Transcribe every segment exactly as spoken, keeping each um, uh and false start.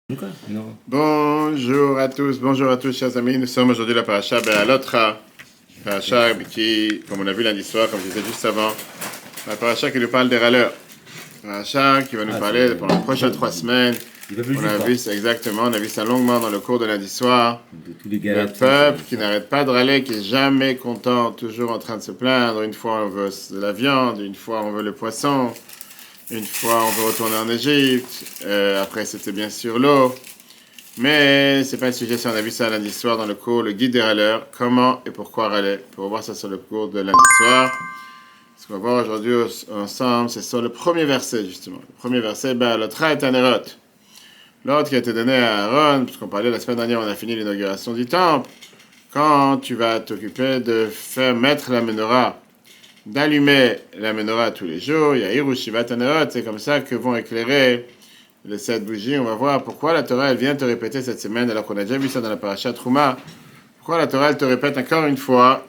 Okay, non. Bonjour à tous, bonjour à tous, chers amis. Nous sommes aujourd'hui la paracha Be'alotra, paracha qui, comme on a vu lundi soir, comme je disais juste avant, la paracha qui nous parle des râleurs. Paracha qui va nous Ah, parler c'est- pendant les prochaines trois semaines. Il va plus On juste a pas. vu ça exactement, on a vu ça longuement dans le cours de lundi soir. De tous les Le galettes. peuple qui n'arrête pas de râler, qui est jamais content, toujours en train de se plaindre. Une fois on veut de la viande, une fois on veut le poisson, une fois on veut retourner en Égypte. Euh, après c'était bien sûr l'eau. Mais c'est pas un sujet, si on a vu ça lundi soir dans le cours, le guide des râleurs, comment et pourquoi râler. Pour voir ça sur le cours de lundi soir. Ce qu'on va voir aujourd'hui ensemble, c'est sur le premier verset justement. Le premier verset, ben, le tra est un érote. L'ordre qui a été donné à Aaron, puisqu'on parlait la semaine dernière, on a fini l'inauguration du temple. Quand tu vas t'occuper de faire mettre la menorah, d'allumer la menorah tous les jours, il y a Hirushivat Anerot, c'est comme ça que vont éclairer les sept bougies. On va voir pourquoi la Torah elle vient te répéter cette semaine, alors qu'on a déjà vu ça dans la paracha Trouma. Pourquoi la Torah elle te répète encore une fois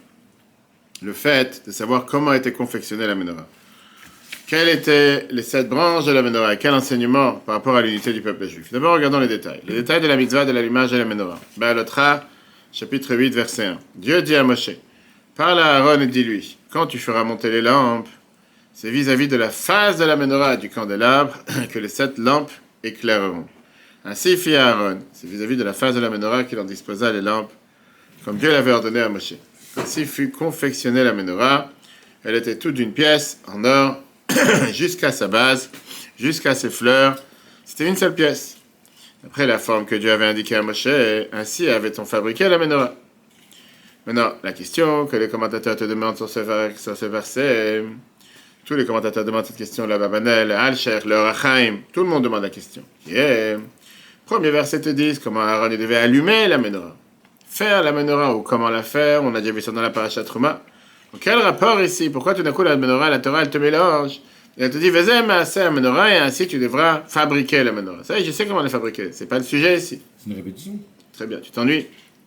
le fait de savoir comment a été confectionnée la menorah. Quelles étaient les sept branches de la menorah? Quel enseignement par rapport à l'unité du peuple juif? D'abord, regardons les détails. Les détails de la mitzvah de l'allumage de la menorah. Ba'alotra, chapitre huit, verset un. Dieu dit à Moshe, parle à Aaron et dis-lui, quand tu feras monter les lampes, c'est vis-à-vis de la face de la menorah du candélabre que les sept lampes éclaireront. Ainsi fit Aaron, c'est vis-à-vis de la face de la menorah qu'il en disposa les lampes, comme Dieu l'avait ordonné à Moshe. Ainsi fut confectionnée la menorah. Elle était toute d'une pièce en or, jusqu'à sa base, jusqu'à ses fleurs. C'était une seule pièce. Après la forme que Dieu avait indiquée à Moshe, ainsi avait-on fabriqué la menorah. Maintenant, la question que les commentateurs te demandent sur ce, ver- sur ce verset, tous les commentateurs demandent cette question, la Babanel, Al-Sher, le Rachaim, tout le monde demande la question. Yeah. Premier verset te dit comment Aaron devait allumer la menorah. Faire la menorah ou comment la faire, on a déjà vu ça dans la paracha Trouma. Quel rapport ici? Pourquoi tout d'un coup la menorah, la Torah, elle te mélange? Et elle te dit, vas-y, mais la menorah, et ainsi tu devras fabriquer la menorah. Ça, je sais comment la fabriquer. C'est pas le sujet ici. C'est une répétition. Très bien, tu t'ennuies.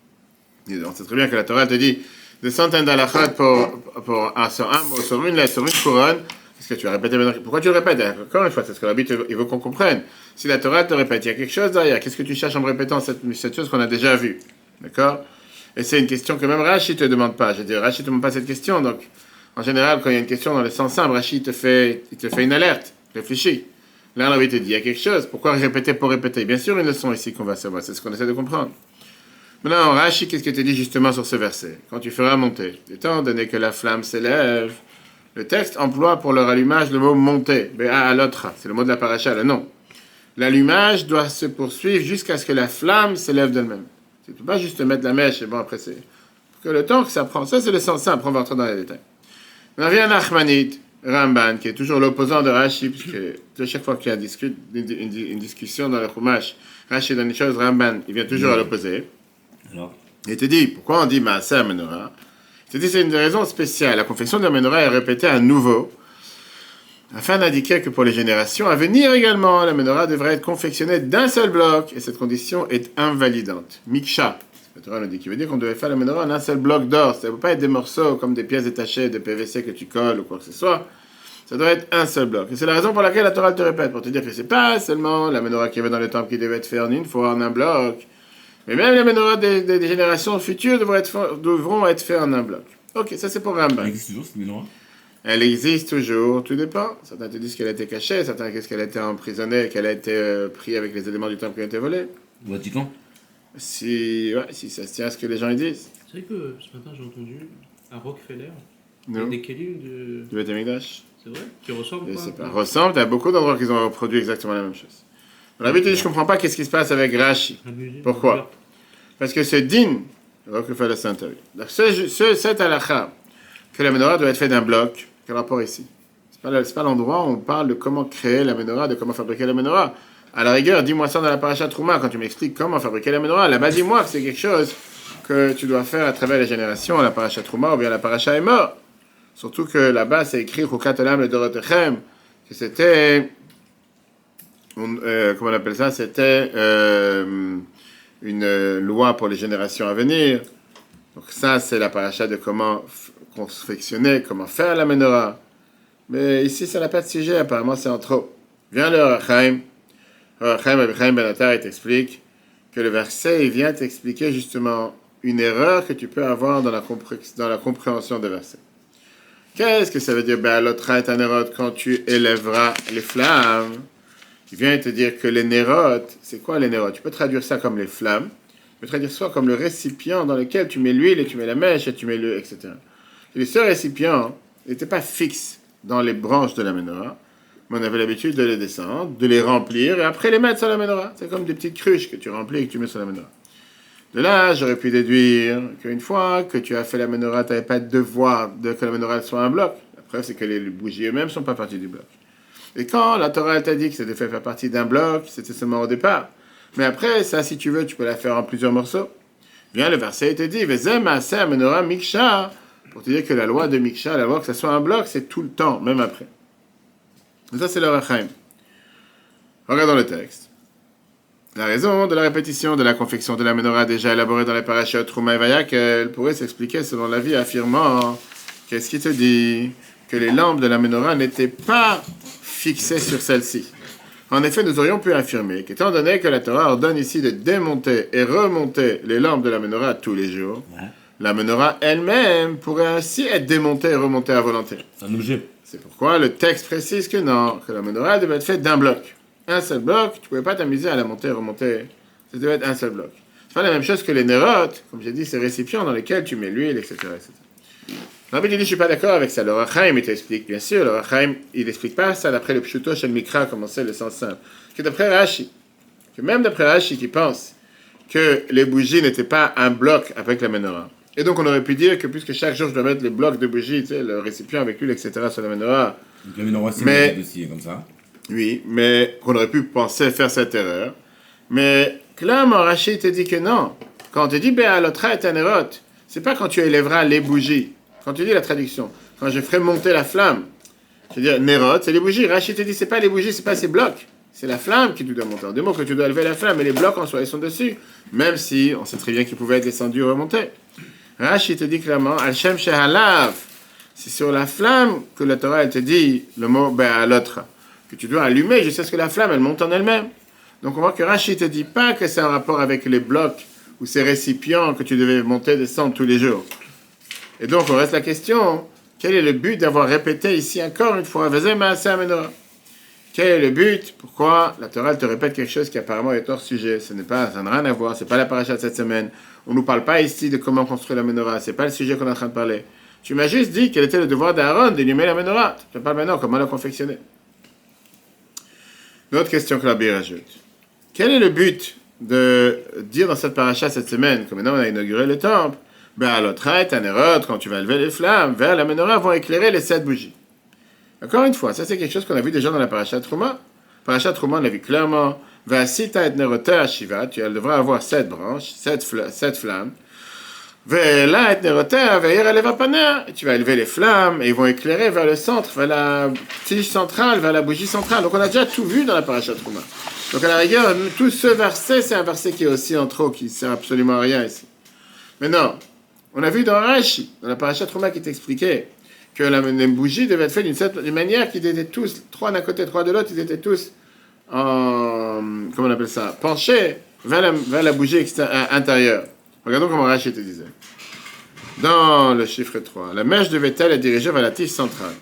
On sait très bien que la Torah te dit des centaines d'alachot pour, pour un, sur un mot, sur une lettre, sur une couronne. Est-ce que tu as répété maintenant? Pourquoi tu le répètes? Encore une fois, c'est ce que l'habit il veut qu'on comprenne. Si la Torah te répète, il y a quelque chose derrière. Qu'est-ce que tu cherches en me répétant cette, cette chose qu'on a déjà vue? D'accord? Et c'est une question que même Rashi ne te demande pas. Je veux dire, Rashi ne te demande pas cette question. Donc, en général, quand il y a une question dans le sens simple, Rashi te fait, il te fait une alerte. Réfléchis. Là, l'habit te dit, il y a quelque chose. Pourquoi répéter pour répéter? Bien sûr, une leçon ici qu'on va savoir. C'est ce qu'on essaie de comprendre. Maintenant, Rashi, qu'est-ce que te dit justement sur ce verset? Quand tu feras monter, étant donné que la flamme s'élève, le texte emploie pour leur allumage le mot monter. Be'alotra, c'est le mot de la paracha, le nom. L'allumage doit se poursuivre jusqu'à ce que la flamme s'élève d'elle-même. Tu ne peux pas juste mettre la mèche et bon, après c'est. Que le temps que ça prend, ça c'est le sens simple, on va rentrer dans les détails. On revient à Nachmanide, Ramban, qui est toujours l'opposant de Rashi, puisque à chaque fois qu'il y a une, discu- une, une, une discussion dans le Chumash, Rashi donne une chose, Ramban, il vient toujours à l'opposé. Alors, Il te dit, pourquoi on dit Maaseh Menorah? Il te dit, c'est une raison spéciale. La confession de la Menorah est répétée à nouveau, afin d'indiquer que pour les générations à venir également, la menorah devrait être confectionnée d'un seul bloc, et cette condition est invalidante. Miksha, la Torah nous dit, qui veut dire qu'on devait faire la menorah en un seul bloc d'or. Ça ne peut pas être des morceaux comme des pièces détachées de P V C que tu colles ou quoi que ce soit. Ça doit être un seul bloc. Et c'est la raison pour laquelle la Torah te répète, pour te dire que c'est pas seulement la menorah qui avait dans le temple qui devait être faite en une fois en un bloc, mais même les menorahs des, des, des générations futures devront être, devront être faites en un bloc. Ok, ça c'est pour Rambam. elle existe toujours cette menorah? Elle existe toujours, tout dépend. Certains te disent qu'elle a été cachée, certains disent qu'elle a été emprisonnée, qu'elle a été euh, prise avec les éléments du temple qui ont été volés. Au Vatican? Si, ouais, si ça se tient à ce que les gens y disent. C'est vrai que ce matin j'ai entendu à Rockefeller, il y Non. a des kelim de. Du Beth Amikdash. C'est vrai? Qui ressemblent Je pas sais pas. Ressemble, il y a beaucoup d'endroits qui ont reproduit exactement la même chose. Dans la vie, tu dis, je comprends pas qu'est-ce qui se passe avec Rashi. Un musée. Pourquoi? Parce que c'est din, Rockefeller Center. Donc, ce, ce, cet halakha, que la menorah doit être faite d'un bloc, quel rapport ici? C'est pas, c'est pas l'endroit où on parle de comment créer la menorah, de comment fabriquer la menorah. À la rigueur, dis-moi ça dans la paracha Trouma, quand tu m'expliques comment fabriquer la menorah. Là-bas, dis-moi que c'est quelque chose que tu dois faire à travers les générations, la paracha Trouma ou bien la paracha Emor. Surtout que là-bas, c'est écrit Chukat Olam le Dorotechem, que c'était, on, euh, comment on appelle ça? C'était euh, une loi pour les générations à venir. Donc ça, c'est la paracha de comment f- confectionner, comment faire la menorah. Mais ici, ça n'a pas de sujet, apparemment, c'est en trop. Viens le Rachaim. Chaim Ben Attar t'explique que le verset il vient t'expliquer justement une erreur que tu peux avoir dans la, compré- dans la compréhension des versets. Qu'est-ce que ça veut dire Be'alotra et Anerot quand tu élèveras les flammes? Il vient te dire que les nérotes, c'est quoi les nérotes? Tu peux traduire ça comme les flammes, tu peux traduire ça comme le récipient dans lequel tu mets l'huile et tu mets la mèche et tu mets le, et cetera. Et ce récipient n'était pas fixe dans les branches de la menorah, mais on avait l'habitude de les descendre, de les remplir et après les mettre sur la menorah. C'est comme des petites cruches que tu remplis et que tu mets sur la menorah. De là, j'aurais pu déduire qu'une fois que tu as fait la menorah, tu n'avais pas de devoir de que la menorah soit un bloc. La preuve, c'est que les bougies eux-mêmes ne sont pas partie du bloc. Et quand la Torah t'a dit que ça devait faire partie d'un bloc, c'était seulement au départ. Mais après, ça, si tu veux, tu peux la faire en plusieurs morceaux. Bien, le verset te dit, Vezem aser menorah miksha, pour te dire que la loi de miksha, la loi que ça soit un bloc, c'est tout le temps, même après. Et ça, c'est le Rachaim. Regardons le texte. La raison de la répétition de la confection de la menorah déjà élaborée dans les parachutes Trouma et Vayak, elle pourrait s'expliquer selon l'avis affirmant qu'est-ce qui te dit que les lampes de la menorah n'étaient pas fixées sur celle-ci. En effet, nous aurions pu affirmer qu'étant donné que la Torah ordonne ici de démonter et remonter les lampes de la menorah tous les jours, ouais. La menorah elle-même pourrait ainsi être démontée et remontée à volonté. C'est un objet. C'est pourquoi le texte précise que non, que la menorah devait être faite d'un bloc. Un seul bloc, tu ne pouvais pas t'amuser à la monter et remonter. Ça devait être un seul bloc. C'est pas la même chose que les nérotes, comme j'ai dit, ces récipients dans lesquels tu mets l'huile, et cetera et cetera. Rabbi dit, je ne suis pas d'accord avec ça. Le Rachaim, il t'explique, bien sûr, le Rachaim, il n'explique pas ça d'après le Pshuto Shel Mikra, comme on sait le sens simple. Que d'après Rashi, que même d'après Rashi qui pense que les bougies n'étaient pas un bloc avec la menorah. Et donc on aurait pu dire que puisque chaque jour je dois mettre les blocs de bougies, tu sais, le récipient avec l'huile, et cetera sur la menorah. Donc la menorah, c'est mais, aussi comme ça. Oui, mais qu'on aurait pu penser faire cette erreur. Mais clairement, Rachid te dit que non. Quand on te dit Be'alotra et Anerot, c'est pas quand tu élèveras les bougies. Quand tu dis la traduction, quand je ferai monter la flamme, je veux dire, Nerot, c'est les bougies. Rachid te dit, c'est pas les bougies, c'est pas ces blocs. C'est la flamme qui tu dois monter. En deux mots, que tu dois élever la flamme, et les blocs en soi, ils sont dessus. Même si on sait très bien qu'ils pouvaient être descendus ou remontés. Rachid te dit clairement, Al-Shem Shehalav, c'est sur la flamme que la Torah, elle te dit le mot Be'alotra, que tu dois allumer jusqu'à ce que la flamme, elle monte en elle-même. Donc on voit que Rachid ne te dit pas que c'est un rapport avec les blocs ou ces récipients que tu devais monter et descendre tous les jours. Et donc on reste la question, quel est le but d'avoir répété ici encore une fois Vezem Aser Menorah? Quel est le but? Pourquoi la Torah te répète quelque chose qui apparemment est hors sujet? Ce n'est pas, ça n'a rien à voir, ce n'est pas la paracha de cette semaine. On ne nous parle pas ici de comment construire la menorah, ce n'est pas le sujet qu'on est en train de parler. Tu m'as juste dit quel était le devoir d'Aaron d'allumer la menorah. Tu me parles maintenant comment la confectionner. Une autre question que la Bible rajoute. Quel est le but de dire dans cette paracha cette semaine, comme maintenant on a inauguré le temple, ben à l'autre Anerot, quand tu vas lever les flammes, vers la menorah vont éclairer les sept bougies. Encore une fois, ça c'est quelque chose qu'on a vu déjà dans la paracha Trouma. Paracha Trouma, on l'a vu clairement. Vasita et Nerota Shiva, tu devras avoir sept branches, sept, fl- sept flammes. Vela et Nerota, veillera les vapanères. Tu vas élever les flammes et ils vont éclairer vers le centre, vers la tige centrale, vers la bougie centrale. Donc on a déjà tout vu dans la paracha Trouma. Donc à la rigueur, tout ce verset, c'est un verset qui est aussi en trop, qui ne sert absolument à rien ici. Maintenant, on a vu dans Rashi, dans la paracha Trouma qui t'expliquait que la, les bougies devaient être faites d'une certaine manière qu'ils étaient tous, trois d'un côté, trois de l'autre, ils étaient tous en, comment on appelle ça, penchés vers la, vers la bougie extérie- intérieure. Regardons comment Rashi te disait. Dans le chiffre trois, la mèche devait-elle être dirigée vers la tige centrale.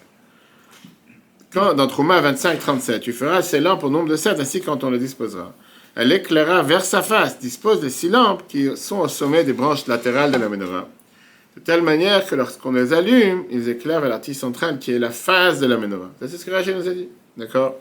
Quand, dans Trouma vingt-cinq trente-sept, tu feras ces lampes au nombre de sept, ainsi quand on les disposera. Elle éclairera vers sa face, dispose des six lampes qui sont au sommet des branches latérales de la menorah. De telle manière que lorsqu'on les allume, ils éclairent vers la tige centrale qui est la face de la menorah. Ça, c'est ce que Rachid nous a dit. D'accord?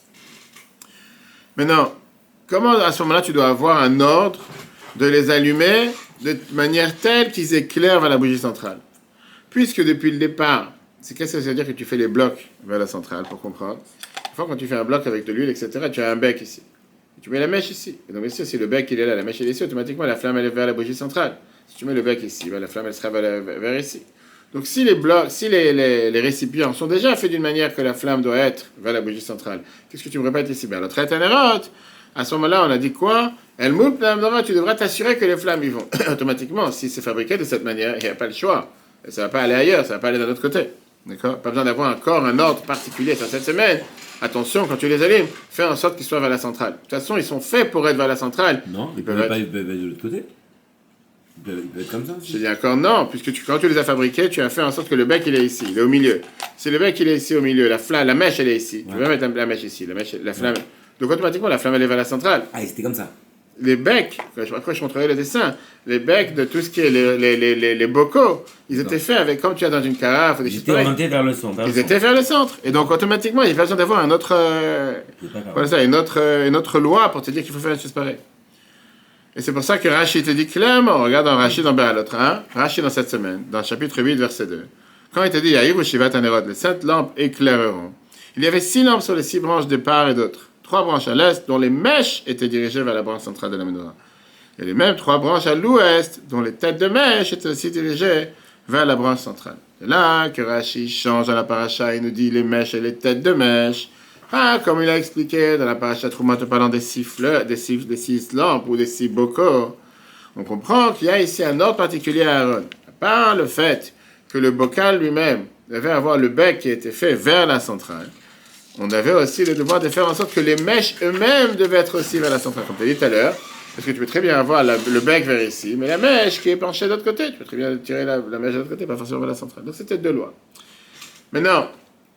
Maintenant, comment à ce moment-là tu dois avoir un ordre de les allumer de manière telle qu'ils éclairent vers la bougie centrale? Puisque depuis le départ, c'est qu'est-ce que ça veut dire que tu fais les blocs vers la centrale, pour comprendre? Une fois quand tu fais un bloc avec de l'huile, et cetera, tu as un bec ici. Tu mets la mèche ici. Et donc, bien sûr, si le bec il est là, la mèche elle est ici, automatiquement la flamme elle est vers la bougie centrale. Si tu mets le bec ici, ben, la flamme elle sera vers, la, vers ici. Donc si les blocs, si les, les, les récipients sont déjà faits d'une manière que la flamme doit être vers la bougie centrale, qu'est-ce que tu me répètes ici? Ben, l'autre est Anerot. À ce moment-là, on a dit quoi? Elle monte la menorah, tu devras t'assurer que les flammes y vont. Automatiquement, si c'est fabriqué de cette manière, il n'y a pas le choix. Ça ne va pas aller ailleurs, ça ne va pas aller d'un autre côté. D'accord? Pas besoin d'avoir encore un ordre particulier sur cette semaine. attention, quand tu les allumes, fais en sorte qu'ils soient vers la centrale. De toute façon, ils sont faits pour être vers la centrale. Non, ils peuvent peuvent être- pas ils peuvent être de l'autre côté. Ils peuvent, ils peuvent être comme ça Je aussi. dis encore non, puisque tu, quand tu les as fabriqués, tu as fait en sorte que le bec, il est ici, il est au milieu. Si le bec, il est ici au milieu, la flamme, la mèche, elle est ici. Tu Ouais. peux mettre la, la mèche ici, la mèche, la flamme. Donc automatiquement, la flamme, elle est vers la centrale. Ah, et c'était comme ça. Les becs, après je montrerai le dessin, les becs de tout ce qui est les, les, les, les, les bocaux, ils D'accord. étaient faits avec, comme tu as dans une carafe ou des Ils choses étaient pareilles. orientés vers le centre. vers le Ils étaient vers le centre. Et donc automatiquement, il n'y a pas besoin d'avoir un autre, euh, centre. C'est pas grave. voilà ça, une, autre, euh, une autre loi pour te dire qu'il faut faire une chose pareille. Et c'est pour ça que Rachid te dit clairement, regarde dans Rachid dans Béalot un, Rachid dans cette semaine, dans le chapitre huit, verset deux. Quand il te dit, Yaïr ou Shivat Anerot, les sept lampes éclaireront. Il y avait six lampes sur les six branches de part et d'autre. Trois branches à l'est, dont les mèches étaient dirigées vers la branche centrale de la menorah. Et les mêmes trois branches à l'ouest, dont les têtes de mèche étaient aussi dirigées vers la branche centrale. C'est là que Rashi change dans la paracha et nous dit les mèches et les têtes de mèche. Ah, comme il a expliqué dans la paracha Trouma, te parlant des six fleurs, des six, des six lampes ou des six bocaux, on comprend qu'il y a ici un ordre particulier à Aaron. À part le fait que le bocal lui-même devait avoir le bec qui était fait vers la centrale, on avait aussi le devoir de faire en sorte que les mèches eux-mêmes devaient être aussi vers la centrale, comme tu as dit tout à l'heure. Parce que tu peux très bien avoir la- le bec vers ici, mais la mèche qui est penchée de l'autre côté, tu peux très bien tirer la, la mèche de l'autre côté, pas forcément vers la centrale. Donc c'était deux lois. Maintenant,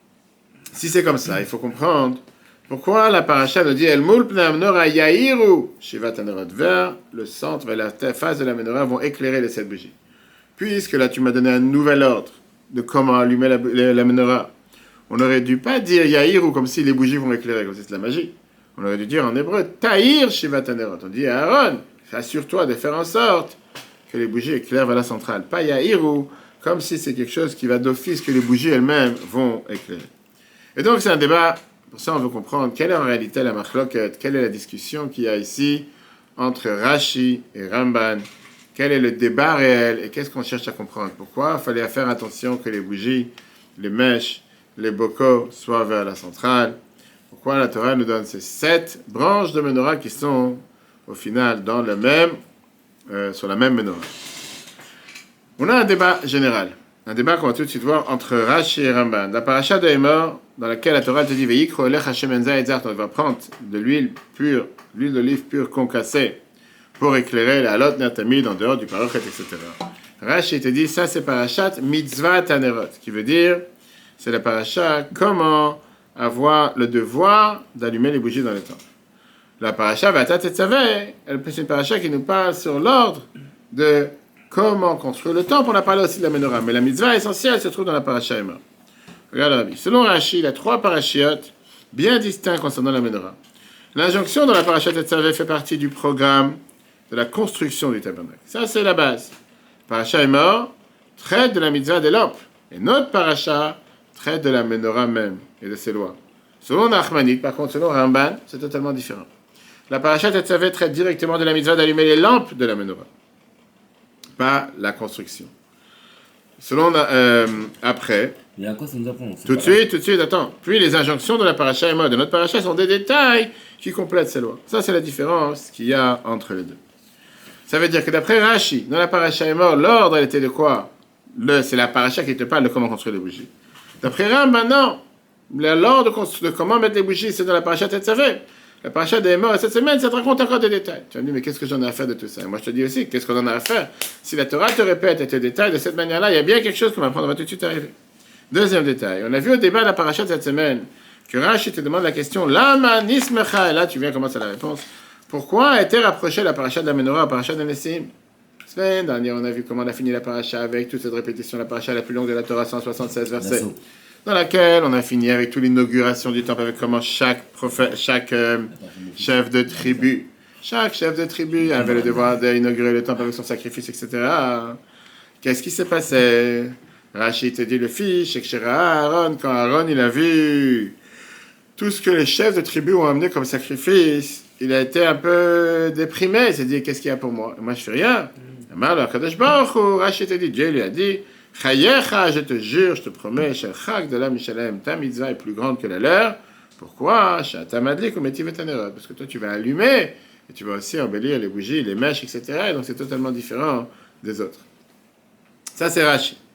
si c'est comme ça, il faut comprendre pourquoi la paracha nous dit El mul pnei menorah yahiru shivat hanerot, vers le centre, vers la te- face de la menorah vont éclairer les sept bougies. Puisque là tu m'as donné un nouvel ordre de comment allumer la, la, la menorah, on aurait dû pas dire yahiru comme si les bougies vont éclairer, comme si c'est de la magie. On aurait dû dire en hébreu, Tahir Shivat Hanerot. On dit à Aaron, assure-toi de faire en sorte que les bougies éclairent vers la centrale. Pas Yahiru, comme si c'est quelque chose qui va d'office que les bougies elles-mêmes vont éclairer. Et donc c'est un débat, pour ça on veut comprendre quelle est en réalité la machloket, quelle est la discussion qu'il y a ici entre Rashi et Ramban, quel est le débat réel et qu'est-ce qu'on cherche à comprendre. Pourquoi il fallait faire attention que les bougies, les mèches, les bocaux soient vers la centrale. Pourquoi la Torah nous donne ces sept branches de menorah qui sont au final dans le même, euh, sur la même menorah. On a un débat général, un débat qu'on va tout de suite voir entre Rashi et Ramban. La paracha de Hémor, dans laquelle la Torah te dit Veikro elech Hashem enza et zart, on va prendre de l'huile pure, l'huile d'olive pure concassée pour éclairer la halot nertamid en dehors du parochet, et cetera. Rashi te dit ça c'est parachat mitzvah tanerot, qui veut dire c'est la paracha comment avoir le devoir d'allumer les bougies dans le temple. La paracha Vatat Tetzaveh, elle c'est une paracha qui nous parle sur l'ordre de comment construire le temple. On a parlé aussi de la menorah, mais la mitzvah essentielle se trouve dans la paracha Hémor. Regarde Rabbi. Selon Rashi, il y a trois parachiotes bien distincts concernant la menorah. L'injonction dans la paracha Tetzaveh fait partie du programme de la construction du tabernacle. Ça, c'est la base. Paracha Hémor traite de la mitzvah des lampes. Et notre paracha traite de la menorah même et de ses lois. Selon Nachmanide, par contre, selon Ramban, c'est totalement différent. La paracha Tetzaveh traite directement de la mitzvah d'allumer les lampes de la menorah, pas la construction. Selon, euh, après, Mais à quoi ça nous apprend? C'est tout de pas grave. suite, tout de suite, attends. Puis les injonctions de la paracha Hémor de notre paracha sont des détails qui complètent ces lois. Ça, c'est la différence qu'il y a entre les deux. Ça veut dire que d'après Rashi, dans la paracha Hémor, l'ordre, elle était de quoi? Le, c'est la paracha qui te parle de comment construire les bougies. D'après Ramban, non. L'ordre de, constru- de comment mettre les bougies, c'est dans la paracha Tetzaveh. La paracha des morts, et cette semaine, ça te raconte encore des détails. Tu vas me dire, mais qu'est-ce que j'en ai à faire de tout ça? Et moi, je te dis aussi, qu'est-ce qu'on en a à faire? Si la Torah te répète et te détaille de cette manière-là, il y a bien quelque chose qu'on va prendre, on va tout de suite arriver. Deuxième détail. On a vu au débat de la paracha de cette semaine que Rashi te demande la question, Lama nismecha? Et là, tu viens commencer à la réponse. Pourquoi a été rapprochée la paracha de la menorah à la paracha de Nessim? Semaine dernière, on a vu comment on a fini la paracha avec toute cette répétition, la paracha la plus longue de la Torah, cent soixante-seize versets. L'assaut. Dans laquelle on a fini avec toute l'inauguration du temple, avec comment chaque, prophète, chaque euh, chef de tribu, chaque chef de tribu avait le devoir d'inaugurer le temple avec son sacrifice, et cetera. Qu'est-ce qui s'est passé? Rachid te dit le fils, chez Aaron, quand Aaron il a vu tout ce que les chefs de tribu ont amené comme sacrifice, il a été un peu déprimé, il s'est dit qu'est-ce qu'il y a pour moi? Et moi je fais rien. Alors, Kadosh Baruch Hu, Rachid te dit, Dieu lui a dit, Chayecha, je te jure, je te promets, Shel Chag de la Mishalem, ta mitzvah est plus grande que la leur. Pourquoi? Shata Madlik ou Metiv et Anerot. Parce que toi, tu vas allumer, et tu vas aussi embellir les bougies, les mèches, et cetera. Et donc, c'est totalement différent des autres. Ça, c'est Rashi.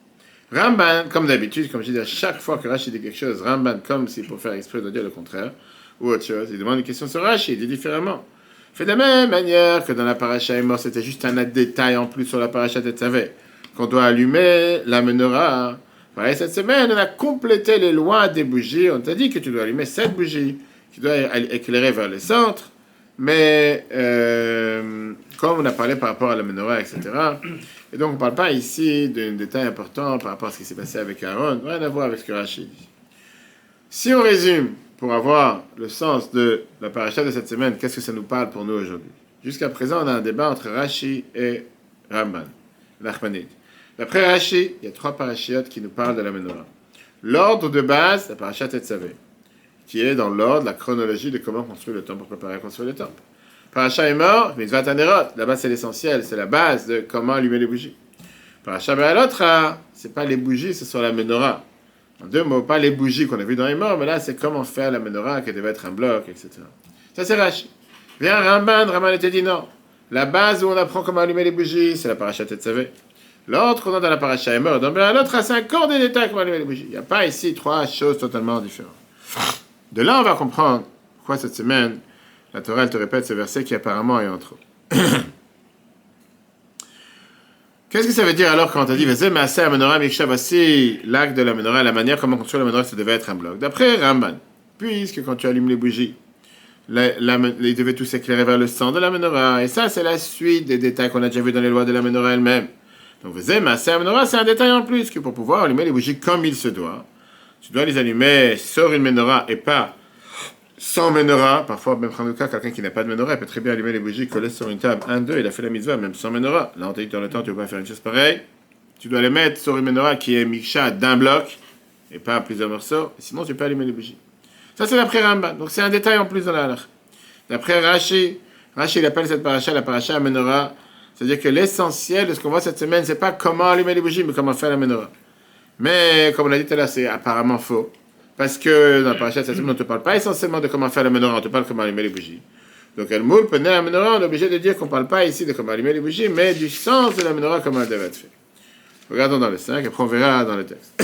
Ramban, comme d'habitude, comme je dis à chaque fois que Rashi dit quelque chose, Ramban, comme s'il pour faire exprès de dire le contraire, ou autre chose, il demande une question sur Rashi, il dit différemment. Fait de la même manière que dans la paracha Emor, c'était juste un détail en plus sur la paracha Tetzavé, qu'on doit allumer la menorah. Pareil, cette semaine, on a complété les lois des bougies. On t'a dit que tu dois allumer sept bougies, qui doivent éclairer vers le centre. Mais, euh, comme on a parlé par rapport à la menorah, et cetera. Et donc, on ne parle pas ici d'un détail important par rapport à ce qui s'est passé avec Aaron. Rien à voir avec ce que Rachid dit. Si on résume, pour avoir le sens de la paracha de cette semaine, qu'est-ce que ça nous parle pour nous aujourd'hui? Jusqu'à présent, on a un débat entre Rashi et Ramban, l'Achmanide. D'après Rashi, il y a trois parachiotes qui nous parlent de la menorah. L'ordre de base, la paracha Tetzavé, qui est dans l'ordre, la chronologie de comment construire le temple pour préparer à construire le temple. Paracha Emor, Mitzvat Hanerot, là-bas c'est l'essentiel, c'est la base de comment allumer les bougies. Paracha Be'alotra, c'est pas les bougies, c'est sur la menorah. En deux mots, pas les bougies qu'on a vues dans Emor, mais là c'est comment faire la menorah, qui devait être un bloc, et cetera. Ça c'est Rashi. Viens Ramban, Ramban te dit non. La base où on apprend comment allumer les bougies, c'est la paracha Tetzavé. L'autre qu'on a dans la paracha Emor, dans l'autre, c'est encore des détails comment allumer les bougies. Il n'y a pas ici trois choses totalement différentes. De là, on va comprendre pourquoi cette semaine, la Torah elle te répète ce verset qui apparemment est en trop. Qu'est-ce que ça veut dire alors quand on t'a dit Vezé Maaseh Menorah Miksha, voici l'acte de la menorah, la manière comment construire la menorah, ça devait être un bloc. D'après Ramban, puisque quand tu allumes les bougies, la, la, ils devaient tous s'éclairer vers le centre de la menorah, et ça, c'est la suite des détails qu'on a déjà vus dans les lois de la menorah elle-même. Donc, Vezé Maaseh Menorah, c'est un détail en plus, que pour pouvoir allumer les bougies comme il se doit, tu dois les allumer sur une menorah et pas sans menorah. Parfois, même dans le cas, quelqu'un qui n'a pas de menorah peut très bien allumer les bougies collées sur une table. Un, deux, il a fait la mitzvah, même sans menorah. Là, on t'a dit dans le temps, tu ne peux pas faire une chose pareille. Tu dois les mettre sur une menorah qui est miksha d'un bloc et pas plusieurs morceaux. Sinon, tu peux allumer les bougies. Ça, c'est d'après Ramban. Donc, c'est un détail en plus dans la halakha. D'après Rashi, Rashi, il appelle cette paracha la paracha à menorah. C'est-à-dire que l'essentiel de ce qu'on voit cette semaine, c'est pas comment allumer les bougies, mais comment faire la menorah. Mais, comme on l'a dit tout à l'heure, c'est apparemment faux. Parce que dans la paracha de cette semaine, on ne te parle pas essentiellement de comment faire la menorah, on te parle de comment allumer les bougies. Donc, El Moul, Penei la menorah, on est obligé de dire qu'on ne parle pas ici de comment allumer les bougies, mais du sens de la menorah, comment elle devait être faite. Regardons dans le cinq, après on verra dans le texte.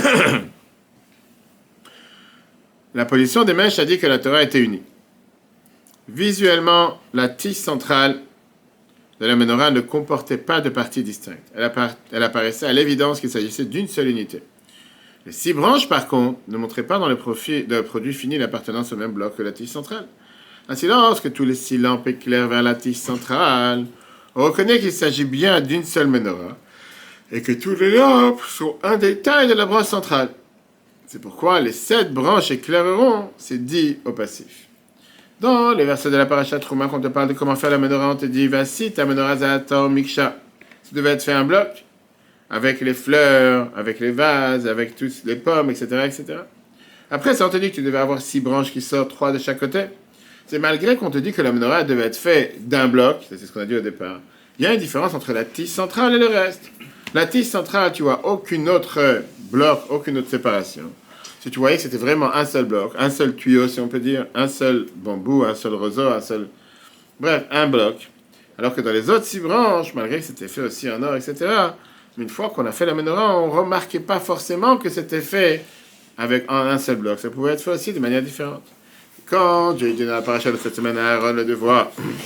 La position des mèches a dit que la Torah était unie. Visuellement, la tige centrale de la menorah ne comportait pas de parties distinctes. Elle, appara- elle apparaissait à l'évidence qu'il s'agissait d'une seule unité. Les six branches, par contre, ne montraient pas dans le, profil, le produit fini l'appartenance au même bloc que la tige centrale. Ainsi, lorsque tous les six lampes éclairent vers la tige centrale, on reconnaît qu'il s'agit bien d'une seule menorah et que tous les lampes sont un détail de la branche centrale. C'est pourquoi les sept branches éclaireront, c'est dit au passif. Dans les versets de la paracha Trouma, quand on te parle de comment faire la menorah, on te dit « Vassi ta menorah za'ator miksha ». Ça devait être fait un bloc, avec les fleurs, avec les vases, avec tous les pommes, et cetera, et cetera. Après, ça on te dit que tu devais avoir six branches qui sortent, trois de chaque côté. C'est malgré qu'on te dit que la menorah devait être faite d'un bloc, c'est ce qu'on a dit au départ. Il y a une différence entre la tige centrale et le reste. La tige centrale, tu vois aucune autre bloc, aucune autre séparation. Si tu voyais que c'était vraiment un seul bloc, un seul tuyau, si on peut dire, un seul bambou, un seul roseau, un seul... Bref, un bloc. Alors que dans les autres six branches, malgré que c'était fait aussi en or, et cetera, une fois qu'on a fait la menorah, on ne remarquait pas forcément que c'était fait avec un seul bloc. Ça pouvait être fait aussi de manière différente. Quand j'ai dit dans la paracha de cette semaine à Aaron le devoir,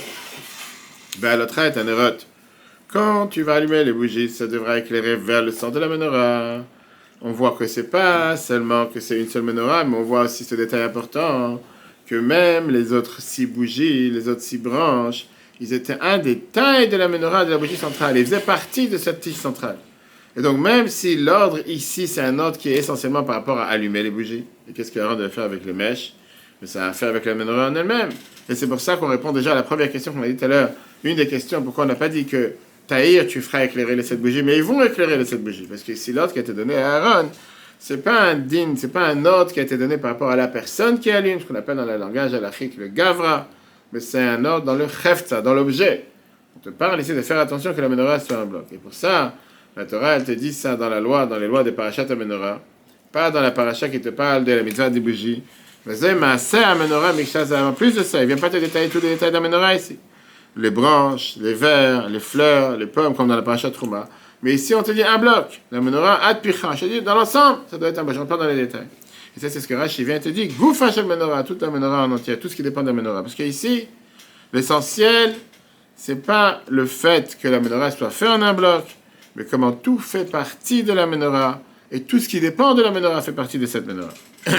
ben l'autre est un érote. Quand tu vas allumer les bougies, ça devra éclairer vers le centre de la menorah. On voit que c'est pas seulement que c'est une seule menorah, mais on voit aussi ce détail important, que même les autres six bougies, les autres six branches, ils étaient un détail de la menorah de la bougie centrale. Ils faisaient partie de cette tige centrale. Et donc, même si l'ordre ici, c'est un ordre qui est essentiellement par rapport à allumer les bougies, et qu'est-ce qu'il y aura de faire avec les mèches, mais ça a à faire avec la menorah en elle-même. Et c'est pour ça qu'on répond déjà à la première question qu'on a dit tout à l'heure. Une des questions, pourquoi on n'a pas dit que Taïr, tu feras éclairer les sept bougies, mais ils vont éclairer les sept bougies. Parce que si l'ordre qui a été donné à Aaron, c'est pas un din, c'est pas un ordre qui a été donné par rapport à la personne qui allume, ce qu'on appelle dans le langage halachique le gavra, mais c'est un ordre dans le chefta, dans l'objet. On te parle ici de faire attention que la menorah soit un bloc. Et pour ça, la Torah, elle te dit ça dans la loi, dans les lois des parachat à menorah, pas dans la paracha qui te parle de la mitzvah des bougies. Mais c'est maaseh à menorah, en plus de ça, il ne vient pas te détailler tous les détails de la menorah ici. Les branches, les vers, les fleurs, les pommes, comme dans la paracha Trouma. Mais ici, on te dit un bloc. La menorah ad picha. Je te dis, dans l'ensemble, ça doit être un bloc. Je rentre pas dans les détails. Et ça, c'est ce que Rashi vient et te dit. Goufa shel menorah, toute la menorah en entier, tout ce qui dépend de la menorah. Parce qu'ici, l'essentiel, c'est pas le fait que la menorah soit faite en un bloc, mais comment tout fait partie de la menorah. Et tout ce qui dépend de la menorah fait partie de cette menorah.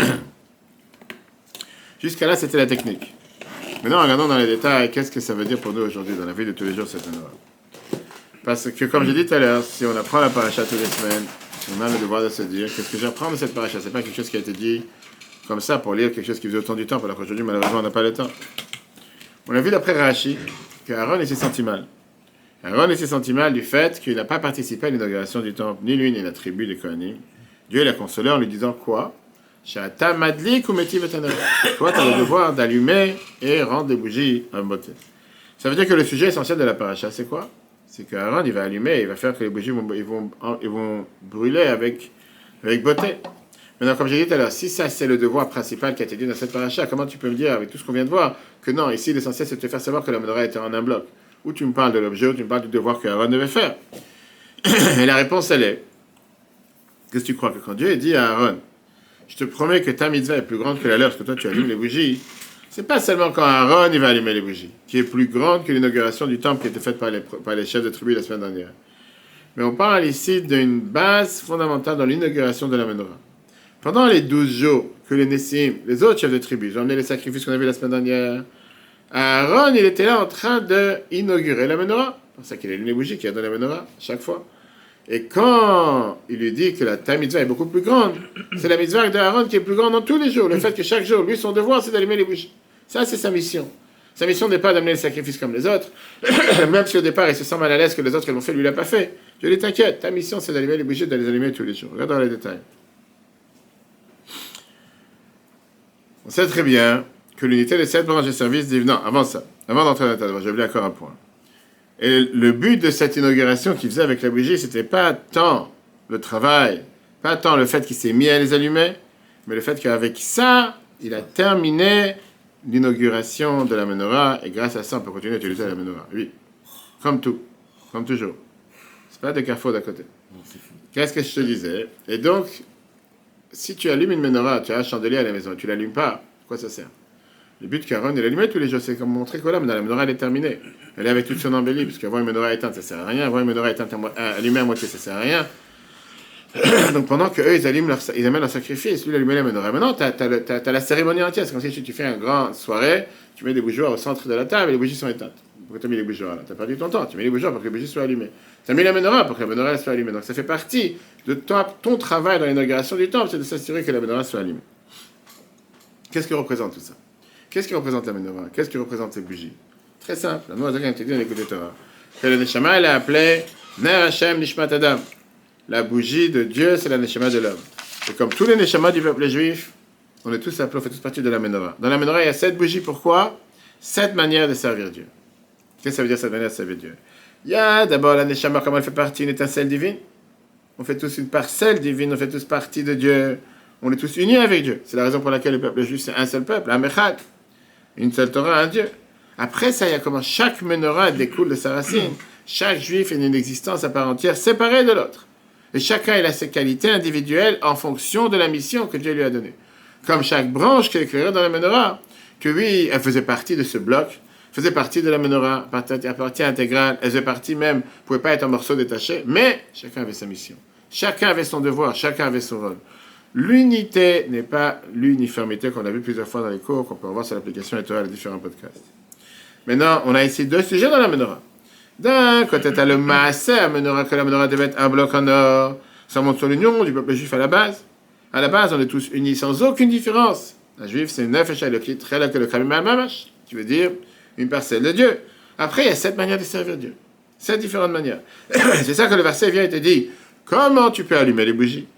Jusqu'à là, c'était la technique. Maintenant, regardons dans les détails, qu'est-ce que ça veut dire pour nous aujourd'hui, dans la vie de tous les jours, cette menorah. Parce que, comme j'ai dit tout à l'heure, si on apprend la paracha toutes les semaines, on a le devoir de se dire, qu'est-ce que j'apprends de cette paracha? C'est pas quelque chose qui a été dit comme ça pour lire quelque chose qui faisait autant du temps, alors qu'aujourd'hui, malheureusement, on n'a pas le temps. On a vu d'après Rashi qu'Aaron s'est senti mal. Aaron s'est senti mal du fait qu'il n'a pas participé à l'inauguration du temple, ni lui ni la tribu des Kohanim. Dieu l'a consolé en lui disant quoi? Shata madlik ou metiv et tanara. Toi, tu as le devoir d'allumer et rendre des bougies en beauté. Ça veut dire que le sujet essentiel de la paracha, c'est quoi? C'est qu'Aaron, il va allumer, il va faire que les bougies vont, ils vont, ils vont brûler avec, avec beauté. Maintenant, comme j'ai dit tout à l'heure, si ça c'est le devoir principal qui a été dit dans cette paracha, comment tu peux me dire, avec tout ce qu'on vient de voir, que non, ici l'essentiel c'est de te faire savoir que la menorah était en un bloc? Ou tu me parles de l'objet, ou tu me parles du devoir qu'Aaron devait faire? Et la réponse elle est, qu'est-ce que tu crois? Que quand Dieu dit à Aaron, je te promets que ta mitzvah est plus grande que la leur, parce que toi tu allumes les bougies, c'est pas seulement quand Aaron il va allumer les bougies, qui est plus grande que l'inauguration du temple qui a été faite par les, par les chefs de tribu la semaine dernière. Mais on parle ici d'une base fondamentale dans l'inauguration de la menorah. Pendant les douze jours que les Nessim, les autres chefs de tribu, ont emmené les sacrifices qu'on a vus la semaine dernière, Aaron, il était là en train d'inaugurer la menorah. C'est pour ça qu'il allume les bougies, qu'il a dans la menorah, chaque fois. Et quand il lui dit que la ta mitzvah est beaucoup plus grande, c'est la mitzvah d'Aaron qui est plus grande dans tous les jours. Le fait que chaque jour, lui, son devoir, c'est d'allumer les bougies. Ça, c'est sa mission. Sa mission n'est pas d'amener les sacrifices comme les autres, même si au départ, il se sent mal à l'aise que les autres l'ont fait, lui, il l'a pas fait. Je dis, t'inquiète, ta mission, c'est d'allumer les bougies, de les allumer tous les jours. Regarde dans les détails. On sait très bien que l'unité des sept branches de service dit, non, avant ça, avant d'entrer dans la table, j'ai oublié encore un point. Et le but de cette inauguration qu'il faisait avec la bougie, c'était pas tant le travail, pas tant le fait qu'il s'est mis à les allumer, mais le fait qu'avec ça, il a terminé l'inauguration de la menorah, et grâce à ça, on peut continuer à utiliser la menorah. Oui, comme tout, comme toujours. C'est pas des carrefours d'à côté. Qu'est-ce que je te disais? Et donc, si tu allumes une menorah, tu as un chandelier à la maison, et tu l'allumes pas, quoi ça sert? Le but qu'Aaron il allumait tous les jours, c'est comme montrer que là, la menorah elle est terminée. Elle est avec toute son embellie, parce qu'avoir une menorah éteinte, ça sert à rien. Avoir une menorah éteinte à mo- euh, allumée à moitié, ça sert à rien. Donc pendant qu'eux, ils, allument leur, ils amènent leur sacrifice, lui, il allume la menorah. Maintenant, tu as la cérémonie entière. C'est comme si tu fais une grande soirée, tu mets des bougeoirs au centre de la table et les bougies sont éteintes. Pourquoi tu as mis les bougeoirs là? Tu as perdu ton temps. Tu mets les bougeoirs pour que les bougies soient allumées. Tu as mis la menorah pour que la menorah soit allumée. Donc ça fait partie de ton, ton travail dans l'inauguration du temple, c'est de s'assurer que la menorah soit allumée. Qu'est-ce que représente tout ça? Qu'est-ce qui représente la menorah? Qu'est-ce qui représente ces bougies? Très simple. La Noah Zaken te dit dans l'écoute de Torah que le Neshama, elle a appelé Ner Hashem Nishmat Adam. La bougie de Dieu, c'est la Neshama de l'homme. Et comme tous les Neshamas du peuple juif, on est tous appelés, on fait tous partie de la menorah. Dans la menorah, il y a sept bougies. Pourquoi? Sept manières de servir Dieu. Qu'est-ce que ça veut dire, cette manière de servir Dieu? Il y a d'abord la Neshama, comment elle fait partie, une étincelle divine. On fait tous une parcelle divine, on fait tous partie de Dieu. On est tous unis avec Dieu. C'est la raison pour laquelle le peuple juif, c'est un seul peuple, un Mechad. Une seule Torah, un Dieu. Après ça, il y a comment chaque menorah découle de sa racine. Chaque juif est une existence à part entière, séparée de l'autre. Et chacun il a ses qualités individuelles en fonction de la mission que Dieu lui a donnée. Comme chaque branche qui est éclairée dans la menorah, que oui, elle faisait partie de ce bloc, faisait partie de la menorah, partie, partie intégrale, elle faisait partie même, ne pouvait pas être un morceau détaché, mais chacun avait sa mission. Chacun avait son devoir, chacun avait son rôle. L'unité n'est pas l'uniformité qu'on a vu plusieurs fois dans les cours, qu'on peut voir sur l'application et Torah, les différents podcasts. Maintenant, on a ici deux sujets dans la menorah. D'un côté, tu as le maaseh à menorah, que la menorah devait être un bloc en or. Ça montre sur l'union du peuple juif à la base. À la base, on est tous unis sans aucune différence. Un juif, c'est une nefesh elokit, très que le kramim al-mamash, qui veut dire une parcelle de Dieu. Après, il y a sept manières de servir Dieu. Sept différentes manières. C'est ça que le verset vient et te dit. Comment tu peux allumer les bougies?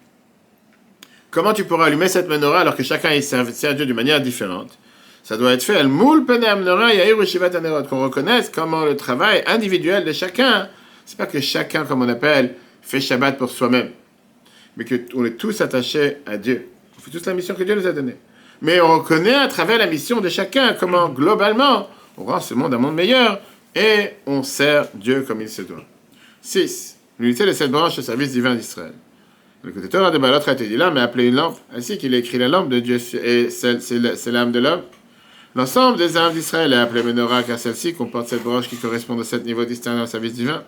Comment tu pourras allumer cette menorah alors que chacun y sert Dieu d'une manière différente? Ça doit être fait, al moul pene menorah yair shivat anerot, qu'on reconnaisse comment le travail individuel de chacun, c'est pas que chacun, comme on appelle, fait Shabbat pour soi-même, mais qu'on est tous attachés à Dieu. On fait tous la mission que Dieu nous a donnée. Mais on reconnaît à travers la mission de chacun comment, globalement, on rend ce monde un monde meilleur et on sert Dieu comme il se doit. six. l'unité des sept branches au service divin d'Israël. Le côté Torah de Balot a été dit là, mais appelé une lampe, ainsi qu'il a écrit la lampe de Dieu, et c'est, c'est, c'est l'âme de l'homme. L'ensemble des âmes d'Israël est appelé Menorah, car celle-ci comporte sept branches qui correspondent aux sept niveaux distincts au service divin.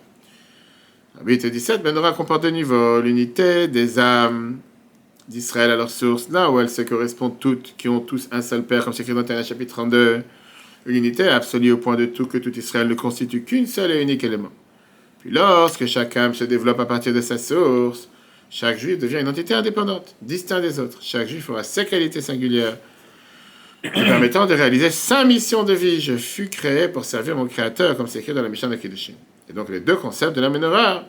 huit et dix-sept, Menorah comporte deux niveaux, l'unité des âmes d'Israël à leur source, là où elles se correspondent toutes, qui ont tous un seul Père, comme c'est écrit dans Tania chapitre trente-deux. Une unité absolue au point de tout que tout Israël ne constitue qu'une seule et unique élément. Puis lorsque chaque âme se développe à partir de sa source, chaque juif devient une entité indépendante, distincte des autres. Chaque juif aura ses qualités singulières, lui permettant de réaliser sa mission de vie. Je fus créé pour servir mon Créateur, comme c'est écrit dans la Mishnah de Kiddushin. Et donc les deux concepts de la Menorah,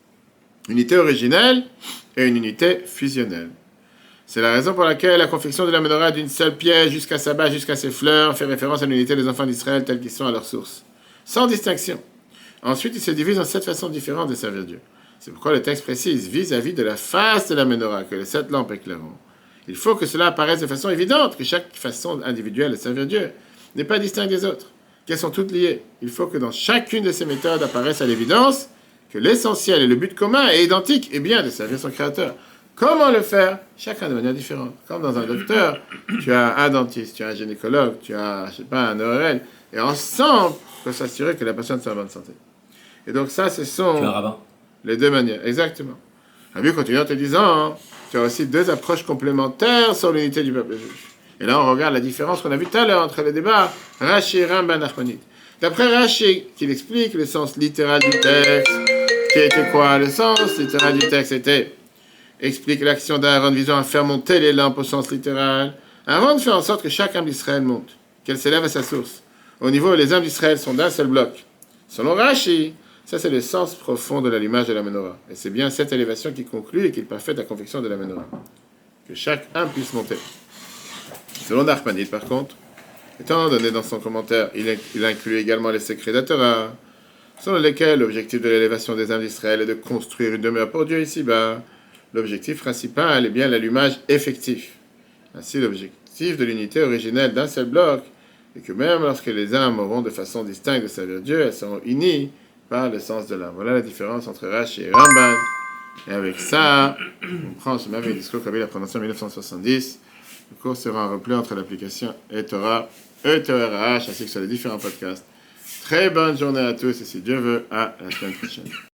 unité originelle et une unité fusionnelle. C'est la raison pour laquelle la confection de la Menorah d'une seule pièce jusqu'à sa base, jusqu'à ses fleurs, fait référence à l'unité des enfants d'Israël tels qu'ils sont à leur source, sans distinction. Ensuite, ils se divisent en sept façons différentes de servir Dieu. C'est pourquoi le texte précise, vis-à-vis de la face de la Menorah, que les sept lampes éclaireront. Il faut que cela apparaisse de façon évidente, que chaque façon individuelle de servir Dieu n'est pas distincte des autres, qu'elles sont toutes liées. Il faut que dans chacune de ces méthodes apparaisse à l'évidence que l'essentiel et le but commun est identique, et bien de servir son Créateur. Comment le faire? Chacun de manière différente. Comme dans un docteur, tu as un dentiste, tu as un gynécologue, tu as, je sais pas, un O R L, et ensemble, il faut s'assurer que la personne soit en bonne santé. Et donc ça, ce sont Tu es un rabbin. les deux manières, exactement. Rabbi continue en te disant, tu as aussi deux approches complémentaires sur l'unité du peuple juif. Et là, on regarde la différence qu'on a vue tout à l'heure entre les débats Rashi et Ramban Nachmanide. D'après Rashi, qui explique le sens littéral du texte, qui était quoi? Le sens littéral du texte était explique l'action d'Aaron visant à faire monter les lampes au sens littéral, avant de faire en sorte que chaque âme d'Israël monte, qu'elle s'élève à sa source, au niveau où les âmes d'Israël sont d'un seul bloc. Selon Rashi, ça c'est le sens profond de l'allumage de la Menorah. Et c'est bien cette élévation qui conclut et qui parfaite la confection de la Menorah. Que chaque âme puisse monter. Selon Nachmanide, par contre, étant donné dans son commentaire, il, il inclut également les secrets de la Torah, selon lesquels l'objectif de l'élévation des âmes d'Israël est de construire une demeure pour Dieu ici-bas. L'objectif principal est bien l'allumage effectif. Ainsi, l'objectif de l'unité originelle d'un seul bloc est que même lorsque les âmes auront de façon distincte de servir Dieu, elles seront unies par le sens de l'âme. Voilà la différence entre Rashi et Ramban. Et avec ça, on prend ce même discours qu'avait la prononciation en mille neuf cent soixante-dix. Le cours sera un repli entre l'application et Torah, et Torah H, ainsi que sur les différents podcasts. Très bonne journée à tous et si Dieu veut, à la semaine prochaine.